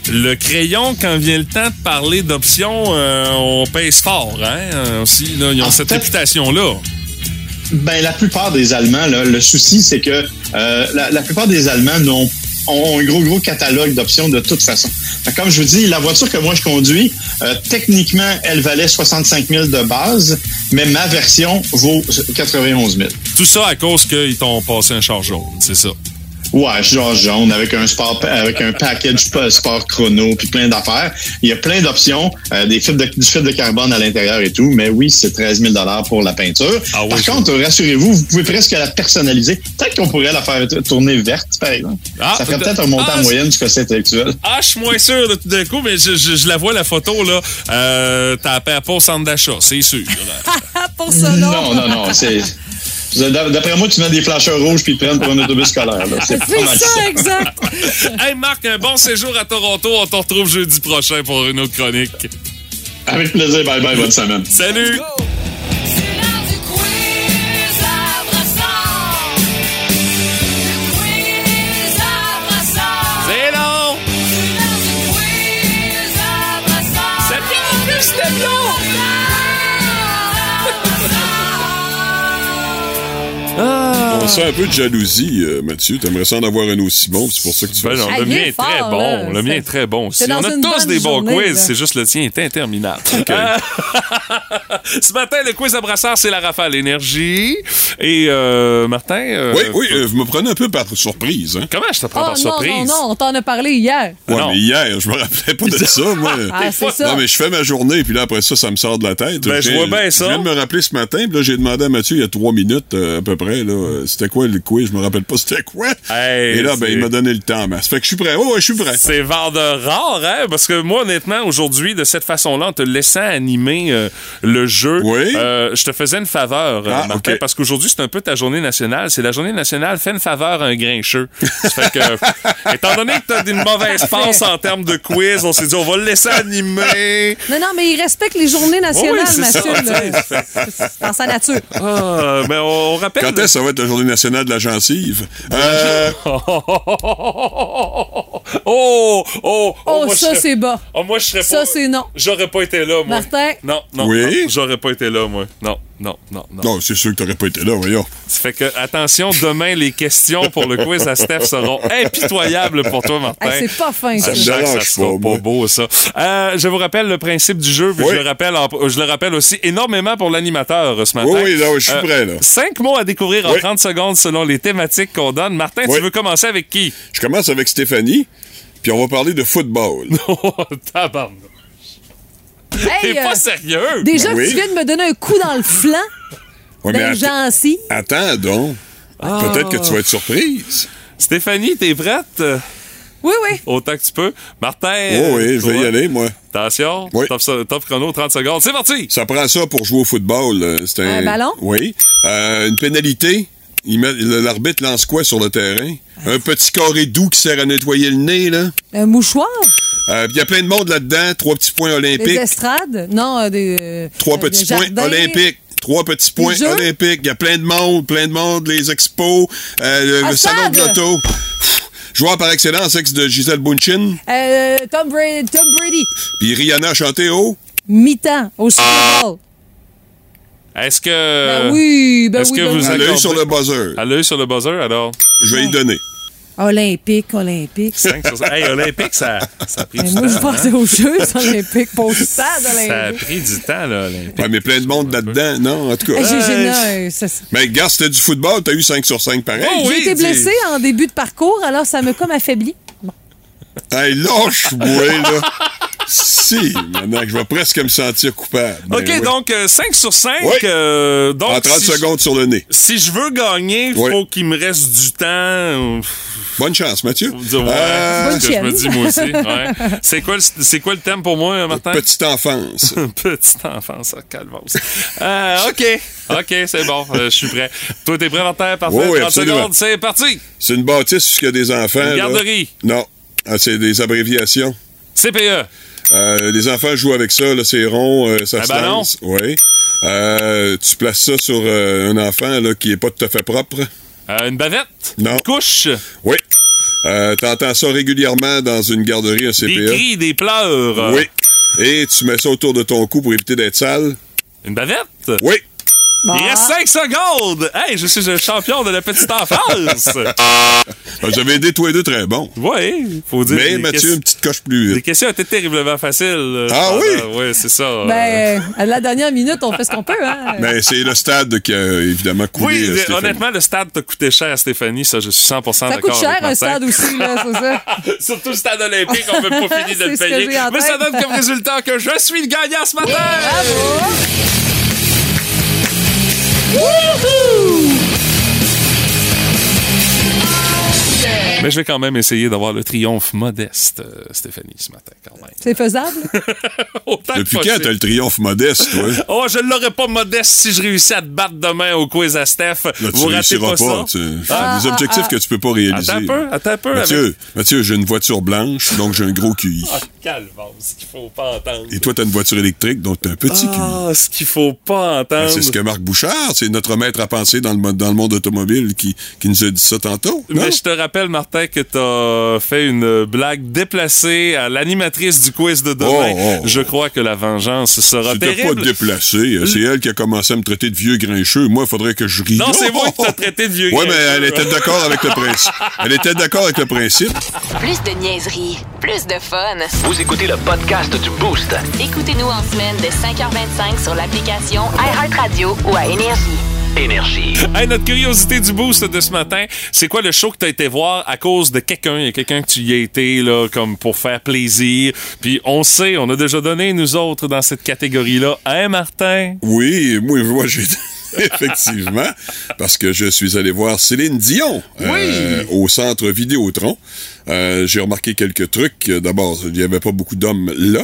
le crayon, quand vient le temps de parler d'options, on pèse fort, hein? Aussi, là, ils ont cette réputation-là. Ben, la plupart des Allemands, là, le souci, c'est que la plupart des Allemands ont un gros catalogue d'options de toute façon. Comme je vous dis, la voiture que moi je conduis, techniquement, elle valait 65 000 de base, mais ma version vaut 91 000. Tout ça à cause qu'ils t'ont passé un char jaune, c'est ça? Ouais, genre jaune, avec un package sport chrono, puis plein d'affaires. Il y a plein d'options, du fil de carbone à l'intérieur et tout, mais oui, c'est 13 000 pour la peinture. Par contre, rassurez-vous, vous pouvez presque la personnaliser. Peut-être qu'on pourrait la faire tourner verte, par exemple. Ça ferait peut-être un montant en moyenne du quotient intellectuel. Je suis moins sûr là, tout d'un coup, mais je la vois, la photo, là. T'as pas au centre d'achat, c'est sûr. Pour ça, non. Non, c'est... D'après moi, tu mets des flasheurs rouges puis ils te prennent pour un autobus scolaire. Là. C'est ça, exact. Hey Marc, un bon séjour à Toronto. On te retrouve jeudi prochain pour une autre chronique. Avec plaisir. Bye bye, bonne semaine. Salut. C'est long. C'était long. On sent un peu de jalousie, Mathieu. T'aimerais ça en avoir un aussi bon, c'est pour ça que tu fais ça. Le mien est très bon. Le mien est très bon aussi. On a tous des bons quiz, c'est juste le tien est interminable. Okay. Ce matin, le quiz à brassard, c'est la rafale énergie. Et Martin... Oui, vous me prenez un peu par surprise. Hein? Comment je te prends par surprise? Non, on t'en a parlé hier. Ouais, mais hier, je me rappelais pas de ça, moi. C'est ça. Non, mais je fais ma journée, puis là, après ça me sort de la tête. Ben, je vois bien ça. Je viens de me rappeler ce matin, puis là, j'ai demandé à Mathieu il y a 3 minutes, à peu près, là, c'était quoi le quiz? Je me rappelle pas c'était quoi. Hey, et là, il m'a donné le temps. Ça fait que je suis prêt. Oh, ouais, je suis prêt. C'est vendeur rare, hein? Parce que moi, honnêtement, aujourd'hui, de cette façon-là, en te laissant animer le jeu, je te faisais une faveur, Martin, okay. Parce qu'aujourd'hui, c'est un peu ta journée nationale. C'est la journée nationale. Fais une faveur à un grincheux. Ça fait que, étant donné que t'as une mauvaise passe en termes de quiz, on s'est dit, on va le laisser animer. Non, mais il respecte les journées nationales, Mathieu. C'est dans sa nature. Mais on rappelle... Quand est-ce que ça va être la journée nationale de la gencive? Ça, c'est bas. Moi, je serais pas... Ça, c'est non. J'aurais pas été là, moi. Martin? Non. Oui? J'aurais pas été là, moi. Non. Non, c'est sûr que t'aurais pas été là, voyons. Ça fait que, attention, demain, les questions pour le quiz à Steph seront impitoyables pour toi, Martin. C'est pas fin, ça. Ça sera pas beau, ça. Je vous rappelle le principe du jeu, puis je le rappelle aussi énormément pour l'animateur ce matin. Oui, là, je suis prêt, là. 5 mots à découvrir en 30 secondes selon les thématiques qu'on donne. Martin, tu veux commencer avec qui? Je commence avec Stéphanie, puis on va parler de football. Tabarnak. T'es pas sérieux? Déjà que tu viens de me donner un coup dans le flanc. Gencives. Attends donc. Peut-être que tu vas être surprise. Stéphanie, t'es prête? Oui. Autant que tu peux. Martin. Oui, je vais y aller, moi. Attention. Oui. Top chrono, 30 secondes. C'est parti! Ça prend ça pour jouer au football. C'est un ballon? Oui. Une pénalité. L'arbitre lance quoi sur le terrain? Un petit carré doux qui sert à nettoyer le nez, là. Un mouchoir? Il y a plein de monde là-dedans. 3 petits points olympiques. Des estrades? Non, des... 3 petits points olympiques. 3 petits points olympiques. Il y a plein de monde. Les expos, le salon de l'auto. Joueur par excellence, ex de Gisèle Bündchen. Tom Brady. Puis Rihanna a chanté au... Mi-temps, au Super Bowl. Est-ce que... Ben oui. Vous Elle l'a eu sur le buzzer. Elle l'a eu sur le buzzer, alors? Je vais y donner. Olympique. 5 sur 5. Hey, Olympique, ça a pris du temps. Moi, je pensais aux Jeux olympiques, pas au stade olympique. Ça a pris du temps, là, Olympique. Ouais, mais plein de monde là-dedans, non, en tout cas. Mais gars, c'était du football, t'as eu 5 sur 5 pareil. J'ai été blessé en début de parcours, alors ça m'a comme affaibli. Bon. Hey, lâche-moi, là. Si, maintenant que je vais presque me sentir coupable. OK, donc 5 sur 5. Oui. Donc, en 30 secondes sur le nez. Si je veux gagner, il faut qu'il me reste du temps. Bonne chance, Mathieu. C'est ce que je me dis, moi aussi. Ouais. C'est quoi le thème pour moi, Martin? Petite enfance. Petite enfance, calvasse. OK, c'est bon, je suis prêt. Toi, t'es prêt, Martin? Parfait, 30 absolument. secondes, c'est parti. C'est une bâtisse où il y a des enfants. Une garderie. Là. Non, c'est des abréviations. CPE. Les enfants jouent avec ça, là, c'est rond, ça se lance. Oui. Tu places ça sur un enfant là, qui est pas tout à fait propre. Une bavette? Non. Une couche? Oui. T'entends ça régulièrement dans une garderie, un CPE. Des cris, des pleurs. Oui. Et tu mets ça autour de ton cou pour éviter d'être sale. Une bavette? Oui. Il reste 5 secondes! Hey, je suis un champion de la petite enfance! Vous avez aidé tous les deux très bon. Oui, faut dire. Mais Mathieu, une petite coche plus. Les questions étaient terriblement faciles. Ah oui? Oui, c'est ça. Ben, à la dernière minute, on fait ce qu'on peut, hein? Mais c'est le stade qui a évidemment coulé. Oui, honnêtement, le stade t'a coûté cher, Stéphanie. Ça, je suis 100% d'accord. Ça coûte cher, un stade aussi, là, c'est ça? Surtout le stade olympique, on n'a même pas fini de le payer. Mais ça donne comme résultat que je suis le gagnant ce matin! Bravo! Mais je vais quand même essayer d'avoir le triomphe modeste, Stéphanie, ce matin, quand même. C'est faisable? Depuis quand t'as le triomphe modeste, toi? Oh, je l'aurais pas modeste si je réussis à te battre demain au quiz à Steph. Là, vous ratez pas ça? Des objectifs que tu peux pas réaliser. Attends un peu. Mathieu, j'ai une voiture blanche, donc j'ai un gros QI. Calme, ce qu'il faut pas entendre. Et toi, t'as une voiture électrique, donc t'as un petit QI. Ce qu'il faut pas entendre. C'est ce que Marc Bouchard, c'est notre maître à penser dans le monde automobile qui nous a dit ça tantôt. Mais je te rappelle, Martin, que t'as fait une blague déplacée à l'animatrice du quiz de demain. Je crois que la vengeance sera terrible. C'était pas déplacé. C'est elle qui a commencé à me traiter de vieux grincheux. Moi, il faudrait que je rie. Non, c'est moi qui t'as traité de vieux grincheux. Oui, mais elle était d'accord avec le principe. Elle était d'accord avec le principe. Plus de niaiserie, plus de fun. Vous écoutez le podcast du Boost. Écoutez-nous en semaine de 5h25 sur l'application iHeartRadio ou à Énergie. Hey, notre curiosité du Boost de ce matin, c'est quoi le show que t'as été voir à cause de quelqu'un? Il y a quelqu'un que tu y as été, là, comme pour faire plaisir. Puis on sait, on a déjà donné, nous autres, dans cette catégorie-là. Hein, Martin? Oui, moi j'ai... Effectivement, parce que je suis allé voir Céline Dion au centre Vidéotron. J'ai remarqué quelques trucs. D'abord, il n'y avait pas beaucoup d'hommes là,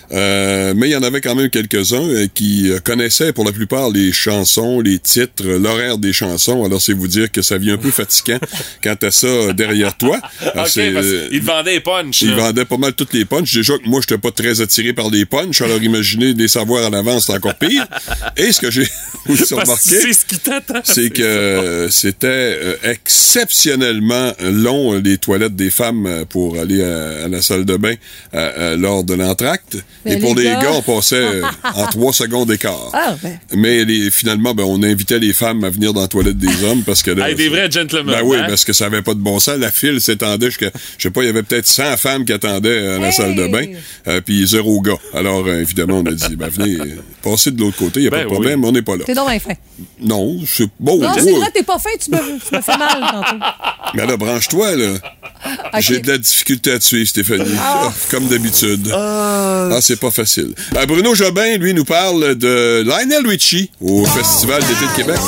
mais il y en avait quand même quelques-uns qui connaissaient pour la plupart les chansons, les titres, l'horaire des chansons. Alors, c'est vous dire que ça vient un peu fatigant quand t'as ça derrière toi. OK, parce qu'ils vendaient les punchs. Ils vendaient pas mal toutes les punchs. Déjà que moi, j'étais pas très attiré par les punchs, alors imaginez les savoir à l'avance, c'est encore pire. Et ce que j'ai aussi remarqué, c'est que c'était exceptionnellement long, les toilettes des femmes pour aller à la salle de bain lors de l'entracte. Et pour les gars, on passait en 3 secondes d'écart. Mais finalement, on invitait les femmes à venir dans la toilette des hommes parce que là, des vrais gentlemen. Ben oui, parce que ça avait pas de bon sens. La file s'étendait jusqu'à, je sais pas, il y avait peut-être 100 femmes qui attendaient à la salle de bain, puis 0 gars. Alors, évidemment, on a dit, venez, passez de l'autre côté, il n'y a pas de problème, on n'est pas là. T'es donc bien fin. Non, c'est bon. Non, c'est vrai, t'es pas fin, tu me fais mal tantôt. Mais là, branche-toi, là. Okay. J'ai de la difficulté à te suivre, Stéphanie. Comme d'habitude. C'est pas facile. Bruno Jobin, lui, nous parle de Lionel Richie au Festival d'été de Québec.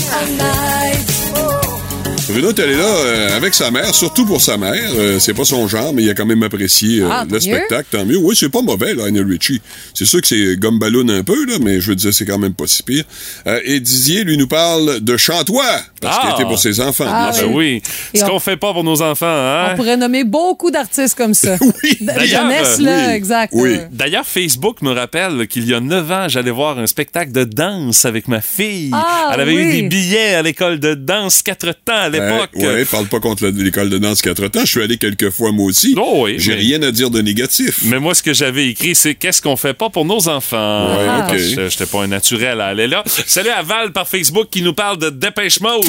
Bruno est allé là avec sa mère, surtout pour sa mère. C'est pas son genre, mais il a quand même apprécié le spectacle, tant mieux. Oui, c'est pas mauvais, Lionel Richie. C'est sûr que c'est gomme ballon un peu, là, mais je veux dire, c'est quand même pas si pire. Et Didier, lui, nous parle de Chantois, parce qu'il était pour ses enfants. Oui. Ce qu'on fait pas pour nos enfants, hein? On pourrait nommer beaucoup d'artistes comme ça. Oui. De jeunesse, là, exact. Oui. D'ailleurs, Facebook me rappelle qu'il y a 9 ans, j'allais voir un spectacle de danse avec ma fille. Elle avait eu des billets à l'école de danse 4 temps à l'époque. Oui, parle pas contre l'école de danse 4 temps. Je suis allé quelques fois, moi aussi. J'ai rien à dire de négatif. Mais moi, ce que j'avais écrit, c'est qu'est-ce qu'on fait pas pour nos enfants. J'étais pas un naturel à aller là. Salut à Val par Facebook qui nous parle de Dépêche Mode.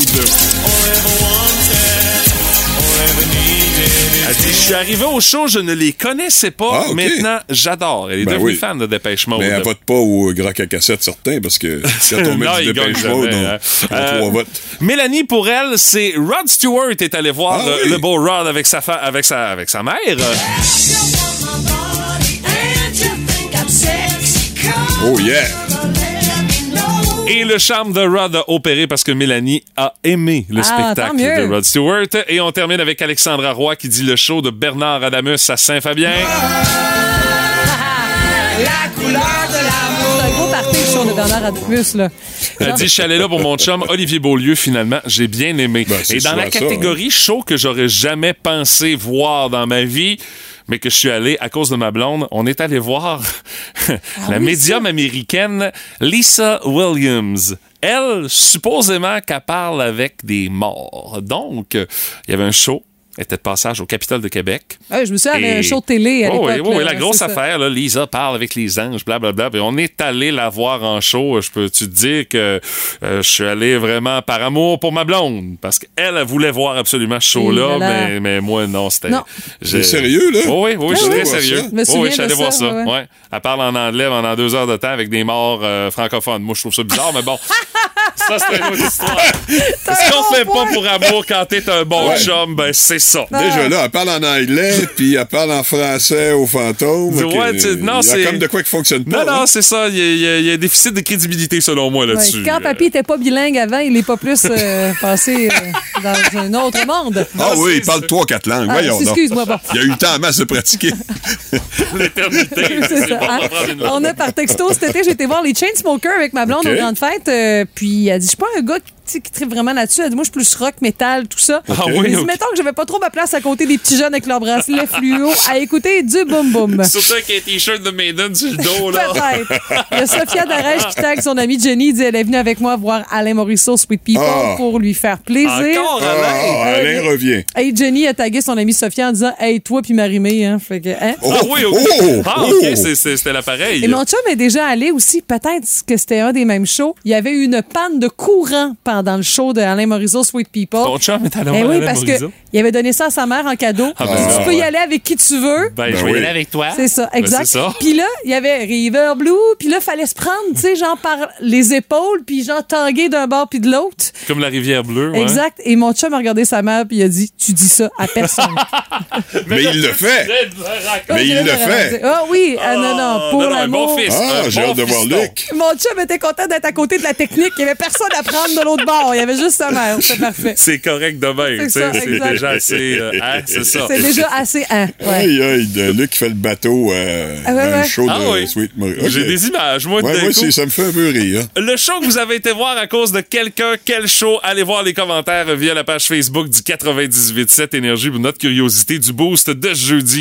Elle dit, je suis arrivé au show, je ne les connaissais pas. Maintenant, j'adore. Elle est devenue fan de Dépêche Mode. Mais elle vote pas au Grand Cacassette, certain, parce que quand on met du Dépêche Mode, on a 3 votes. Mélanie, pour elle, c'est Rod Stewart est allé voir le beau Rod avec sa mère. Oh yeah! Et le charme de Rod a opéré parce que Mélanie a aimé le spectacle de Rod Stewart. Et on termine avec Alexandra Roy qui dit le show de Bernard Adamus à Saint-Fabien. La couleur de l'amour. C'est un gros party, le show de Bernard Adamus, là. Elle dit, je suis allé là pour mon chum Olivier Beaulieu, finalement. J'ai bien aimé. Et dans la catégorie show que j'aurais jamais pensé voir dans ma vie, mais que je suis allé à cause de ma blonde, on est allé voir la médium américaine Lisa Williams. Elle, supposément qu'elle parle avec des morts. Donc, il y avait un show était de passage au Capitole de Québec. Ouais, je me souviens, il y avait un show de télé à l'époque. Oui, la grosse affaire, là, Lisa parle avec les anges, blablabla. Puis on est allé la voir en show. Je peux te dire que je suis allé vraiment par amour pour ma blonde. Parce qu'elle voulait voir absolument ce show-là, mais moi, non, c'était... Non. C'est sérieux, là? Oui, je suis très sérieux. Je suis allé voir ça. Ouais. Elle parle en anglais pendant 2 heures de temps avec des morts francophones. Moi, je trouve ça bizarre, mais bon... Ça, c'est une autre histoire. Ce qu'on fait pas pour amour quand t'es un bon chum, ben c'est ça. Déjà là, elle parle en anglais, puis elle parle en français aux fantômes. Ouais, il y a comme de quoi qui fonctionne pas. Non, c'est ça. Il y a un déficit de crédibilité, selon moi, là-dessus. Quand papy était pas bilingue avant, il est pas plus passé dans un autre monde. Ah oui, il parle 3-4 langues. Voyons donc. Excuse-moi, bon. Il y a eu le temps à masse de pratiquer. L'éternité. C'est ça. On a par texto cet été, j'ai été voir les Chainsmokers avec ma blonde aux grandes fêtes, puis elle dit, je suis pas un gars qui tripe vraiment là-dessus. Elle dit, moi, je suis plus rock, métal, tout ça. Mettons que j'avais pas trop ma place à côté des petits jeunes avec leurs bracelets fluo à écouter du boom-boom. Surtout avec un t-shirt de Maiden sur le dos, là. Peut-être. Il y a Sophia Darèche qui tague son amie Jenny. Dit, elle est venue avec moi voir Alain Morisseau, Sweet People, pour lui faire plaisir. Encore Alain? Alain revient. Hey, Jenny a tagué son amie Sophia en disant, hey, toi puis Marie-Mé, hein. Fait que, hein? OK, c'était l'appareil. Et mon chum est déjà allé aussi, peut-être que c'était un des mêmes shows. Il y avait eu une panne de courant dans le show de Alain Morisseau, Sweet People. Ton chum est allé voir Alain Morisseau? Oui, parce qu'il avait donné ça à sa mère en cadeau. Tu peux y aller avec qui tu veux. Je vais y aller avec toi. C'est ça, exact. Puis là, il y avait River Blue, puis là, il fallait se prendre, tu sais, genre par les épaules, puis genre tanguer d'un bord puis de l'autre. Comme la rivière bleue, ouais. Exact. Et mon chum a regardé sa mère, puis il a dit, tu dis ça à personne. Mais il le fait. Mais il le fait. Ah oui, non, pour l'amour. Un bon fils. J'ai hâte de voir Luc. Mon chum était content d'être à côté de la technique. Il n'y avait personne à prendre de l'autre bord. Il y avait juste sa mère. C'est parfait. C'est correct de même. C'est déjà assez... c'est ça. C'est déjà assez... Aïe, de Luc qui fait le bateau un show de Sweet Marie. J'ai des images, moi, moi aussi, ça me fait un peu rire. Le show que vous avez été voir à cause de quelqu'un, quel show? Allez voir les commentaires via la page Facebook du 98.7 Énergie pour notre curiosité du boost de jeudi.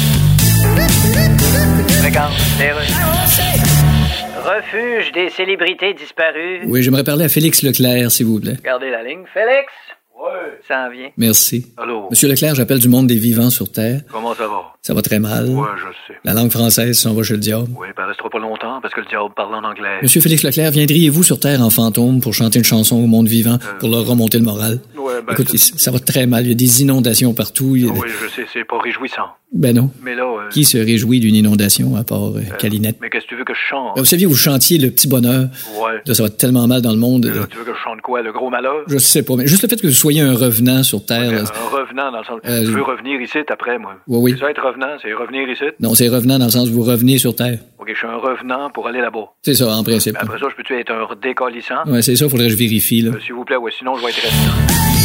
Refuge des célébrités disparues. Oui, j'aimerais parler à Félix Leclerc, s'il vous plaît. Gardez la ligne. Félix? Oui. Ça en vient. Merci. Allô? Monsieur Leclerc, j'appelle du monde des vivants sur Terre. Comment ça va? Ça va très mal. Oui, je sais. La langue française s'en va chez le diable. Oui, ben restera pas longtemps parce que le diable parle en anglais. Monsieur Félix Leclerc, viendriez-vous sur Terre en fantôme pour chanter une chanson au monde vivant pour leur remonter le moral? Ouais, ben... Écoute, ça va très mal. Il y a des inondations partout. Oui, je sais, c'est pas réjouissant. Ben non. Mais là... Qui se réjouit d'une inondation à part Calinette? Mais qu'est-ce que tu veux que je chante? Vous saviez, vous chantiez Le Petit Bonheur. Ouais. Là, ça va tellement mal dans le monde. Là, tu veux que je chante quoi? Le Gros Malheur? Je sais pas, mais juste le fait que vous soyez un revenant sur Terre... Ouais, un revenant dans le sens... Je veux revenir ici après, moi. Oui. C'est ça, être revenant, c'est revenir ici? Non, c'est revenant dans le sens où vous revenez sur Terre. OK, je suis un revenant pour aller là-bas. C'est ça, en principe. Mais après ça, je peux-tu être un décollissant? Ouais, c'est ça, faudrait que je vérifie, là. S'il vous plaît, ouais, sinon je vais être restant.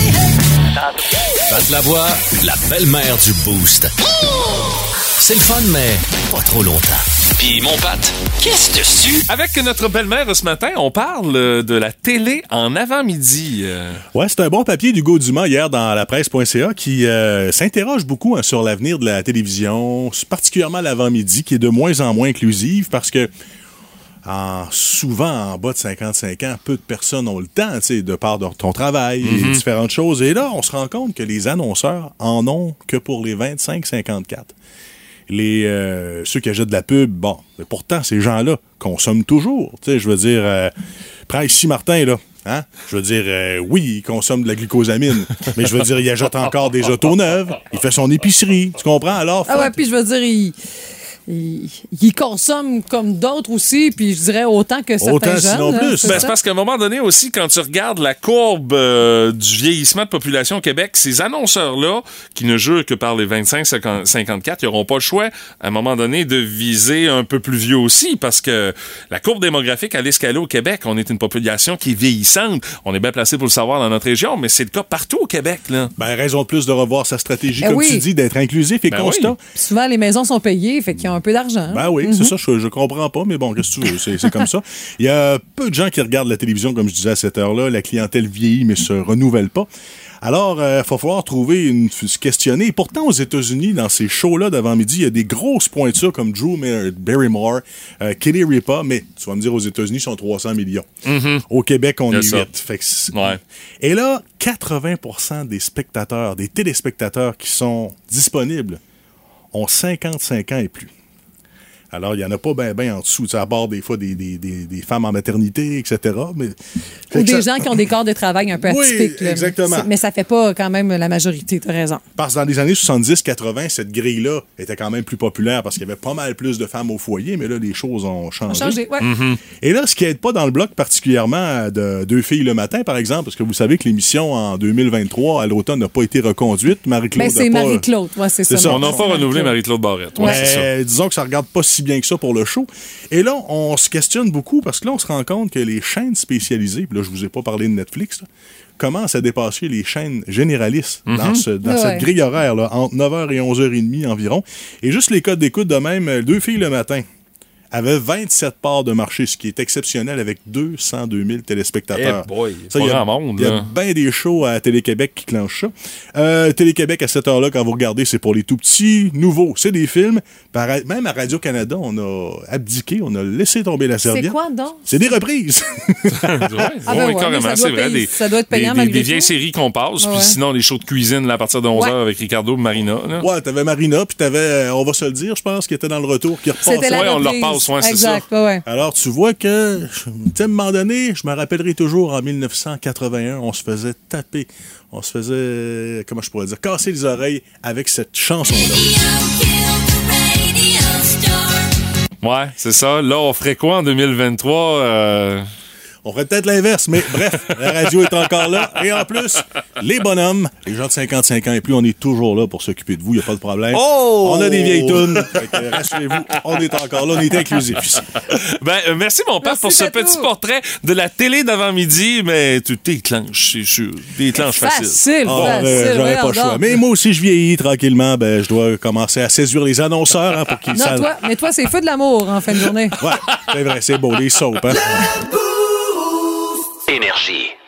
Pat Lavoie, la belle-mère du Boost. C'est le fun, mais pas trop longtemps. Puis mon Pat, qu'est-ce dessus? Avec notre belle-mère ce matin, on parle de la télé en avant-midi. Ouais, c'est un bon papier d'Hugo Dumas hier dans la presse.ca qui s'interroge beaucoup sur l'avenir de la télévision, particulièrement l'avant-midi, qui est de moins en moins inclusive parce que souvent en bas de 55 ans, peu de personnes ont le temps, de part de ton travail et différentes choses. Et là, on se rend compte que les annonceurs en ont que pour les 25-54. Ceux qui achètent de la pub, bon, mais pourtant, ces gens-là consomment toujours. Je veux dire, prends ici Martin, là. Hein? Je veux dire, oui, il consomme de la glucosamine, mais je veux dire, il achète encore des autos neuves, il fait son épicerie. Tu comprends? Alors, puis je veux dire, il consomme comme d'autres aussi, puis je dirais autant que certains jeunes. Sinon plus. C'est parce qu'à un moment donné aussi, quand tu regardes la courbe du vieillissement de population au Québec, ces annonceurs-là, qui ne jurent que par les 25-54, ils n'auront pas le choix, à un moment donné, de viser un peu plus vieux aussi, parce que la courbe démographique à l'escalier au Québec, on est une population qui est vieillissante. On est bien placé pour le savoir dans notre région, mais c'est le cas partout au Québec, là. Raison de plus de revoir sa stratégie, comme tu dis, d'être inclusif et constant. Oui. Souvent, les maisons sont payées, fait qu'ils ont un peu d'argent. C'est ça, je comprends pas, mais bon, qu'est-ce que tu veux, c'est comme ça. Il y a peu de gens qui regardent la télévision, comme je disais, à cette heure-là. La clientèle vieillit, mais se renouvelle pas. Alors, il va falloir se questionner. Pourtant, aux États-Unis, dans ces shows-là d'avant-midi, il y a des grosses pointures comme Drew Barrymore, Kelly Ripa, mais tu vas me dire, aux États-Unis, ils sont 300 millions. Mm-hmm. Au Québec, on est 8. Ouais. Et là, 80% des spectateurs, des téléspectateurs qui sont disponibles ont 55 ans et plus. Alors, il n'y en a pas ben en dessous. À part des fois des femmes en maternité, etc. Mais, ou des gens qui ont des corps de travail un peu atypiques. Oui, exactement. Mais ça ne fait pas quand même la majorité, tu as raison. Parce que dans les années 70-80, cette grille-là était quand même plus populaire parce qu'il y avait pas mal plus de femmes au foyer, mais là, les choses ont changé. Ouais. Mm-hmm. Et là, ce qui n'aide pas dans le bloc particulièrement de Deux filles le matin, par exemple, parce que vous savez que l'émission en 2023, à l'automne, n'a pas été reconduite. Marie-Claude Mais c'est Marie-Claude, c'est ça. On n'a pas renouvelé Marie-Claude Barrette. Ouais, c'est ça. Disons que ça regarde pas si bien que ça pour le show. Et là, on se questionne beaucoup parce que là, on se rend compte que les chaînes spécialisées, puis là, je vous ai pas parlé de Netflix, là, commencent à dépasser les chaînes généralistes dans cette grille horaire, là, entre 9h et 11h30 environ. Et juste les codes d'écoute de même, Deux filles le matin avait 27 parts de marché, ce qui est exceptionnel avec 202 000 téléspectateurs. Il y a bien des shows à Télé-Québec qui clenchent ça. Télé-Québec, à cette heure-là, quand vous regardez, c'est pour les tout petits, nouveaux. C'est des films. Même à Radio-Canada, on a abdiqué, on a laissé tomber la serviette. C'est quoi, donc? C'est des reprises. Carrément, c'est vrai. Ça doit être payant des vieilles séries qu'on passe, puis sinon, les shows de cuisine là, à partir de 11h avec Ricardo et Marina. Là. Ouais, t'avais Marina, puis t'avais, on va se le dire, je pense, qui était dans le retour, qui repasse. On leur passe. Ouais, exact, c'est ça. Ouais. Alors, tu vois que, à un moment donné, je me rappellerai toujours, en 1981, on se faisait taper. On se faisait, comment je pourrais dire, casser les oreilles avec cette chanson-là. Ouais, c'est ça. Là, on ferait quoi en 2023? On ferait peut-être l'inverse, mais bref, la radio est encore là. Et en plus, les bonhommes, les gens de 55 ans et plus, on est toujours là pour s'occuper de vous, il n'y a pas de problème. Oh! On a des vieilles tounes, rassurez-vous, on est encore là, on est inclusif ici. Merci mon père pour ce petit portrait de la télé d'avant-midi, mais tu t'éclenches, c'est sûr. T'éclenches facile. Facile. J'aurais pas le choix. Mais moi aussi, je vieillis tranquillement, je dois commencer à séduire les annonceurs pour qu'ils savent. Mais toi, c'est feu de l'amour en fin de journée. Ouais, c'est vrai, c'est beau, les soaps, hein. Énergie.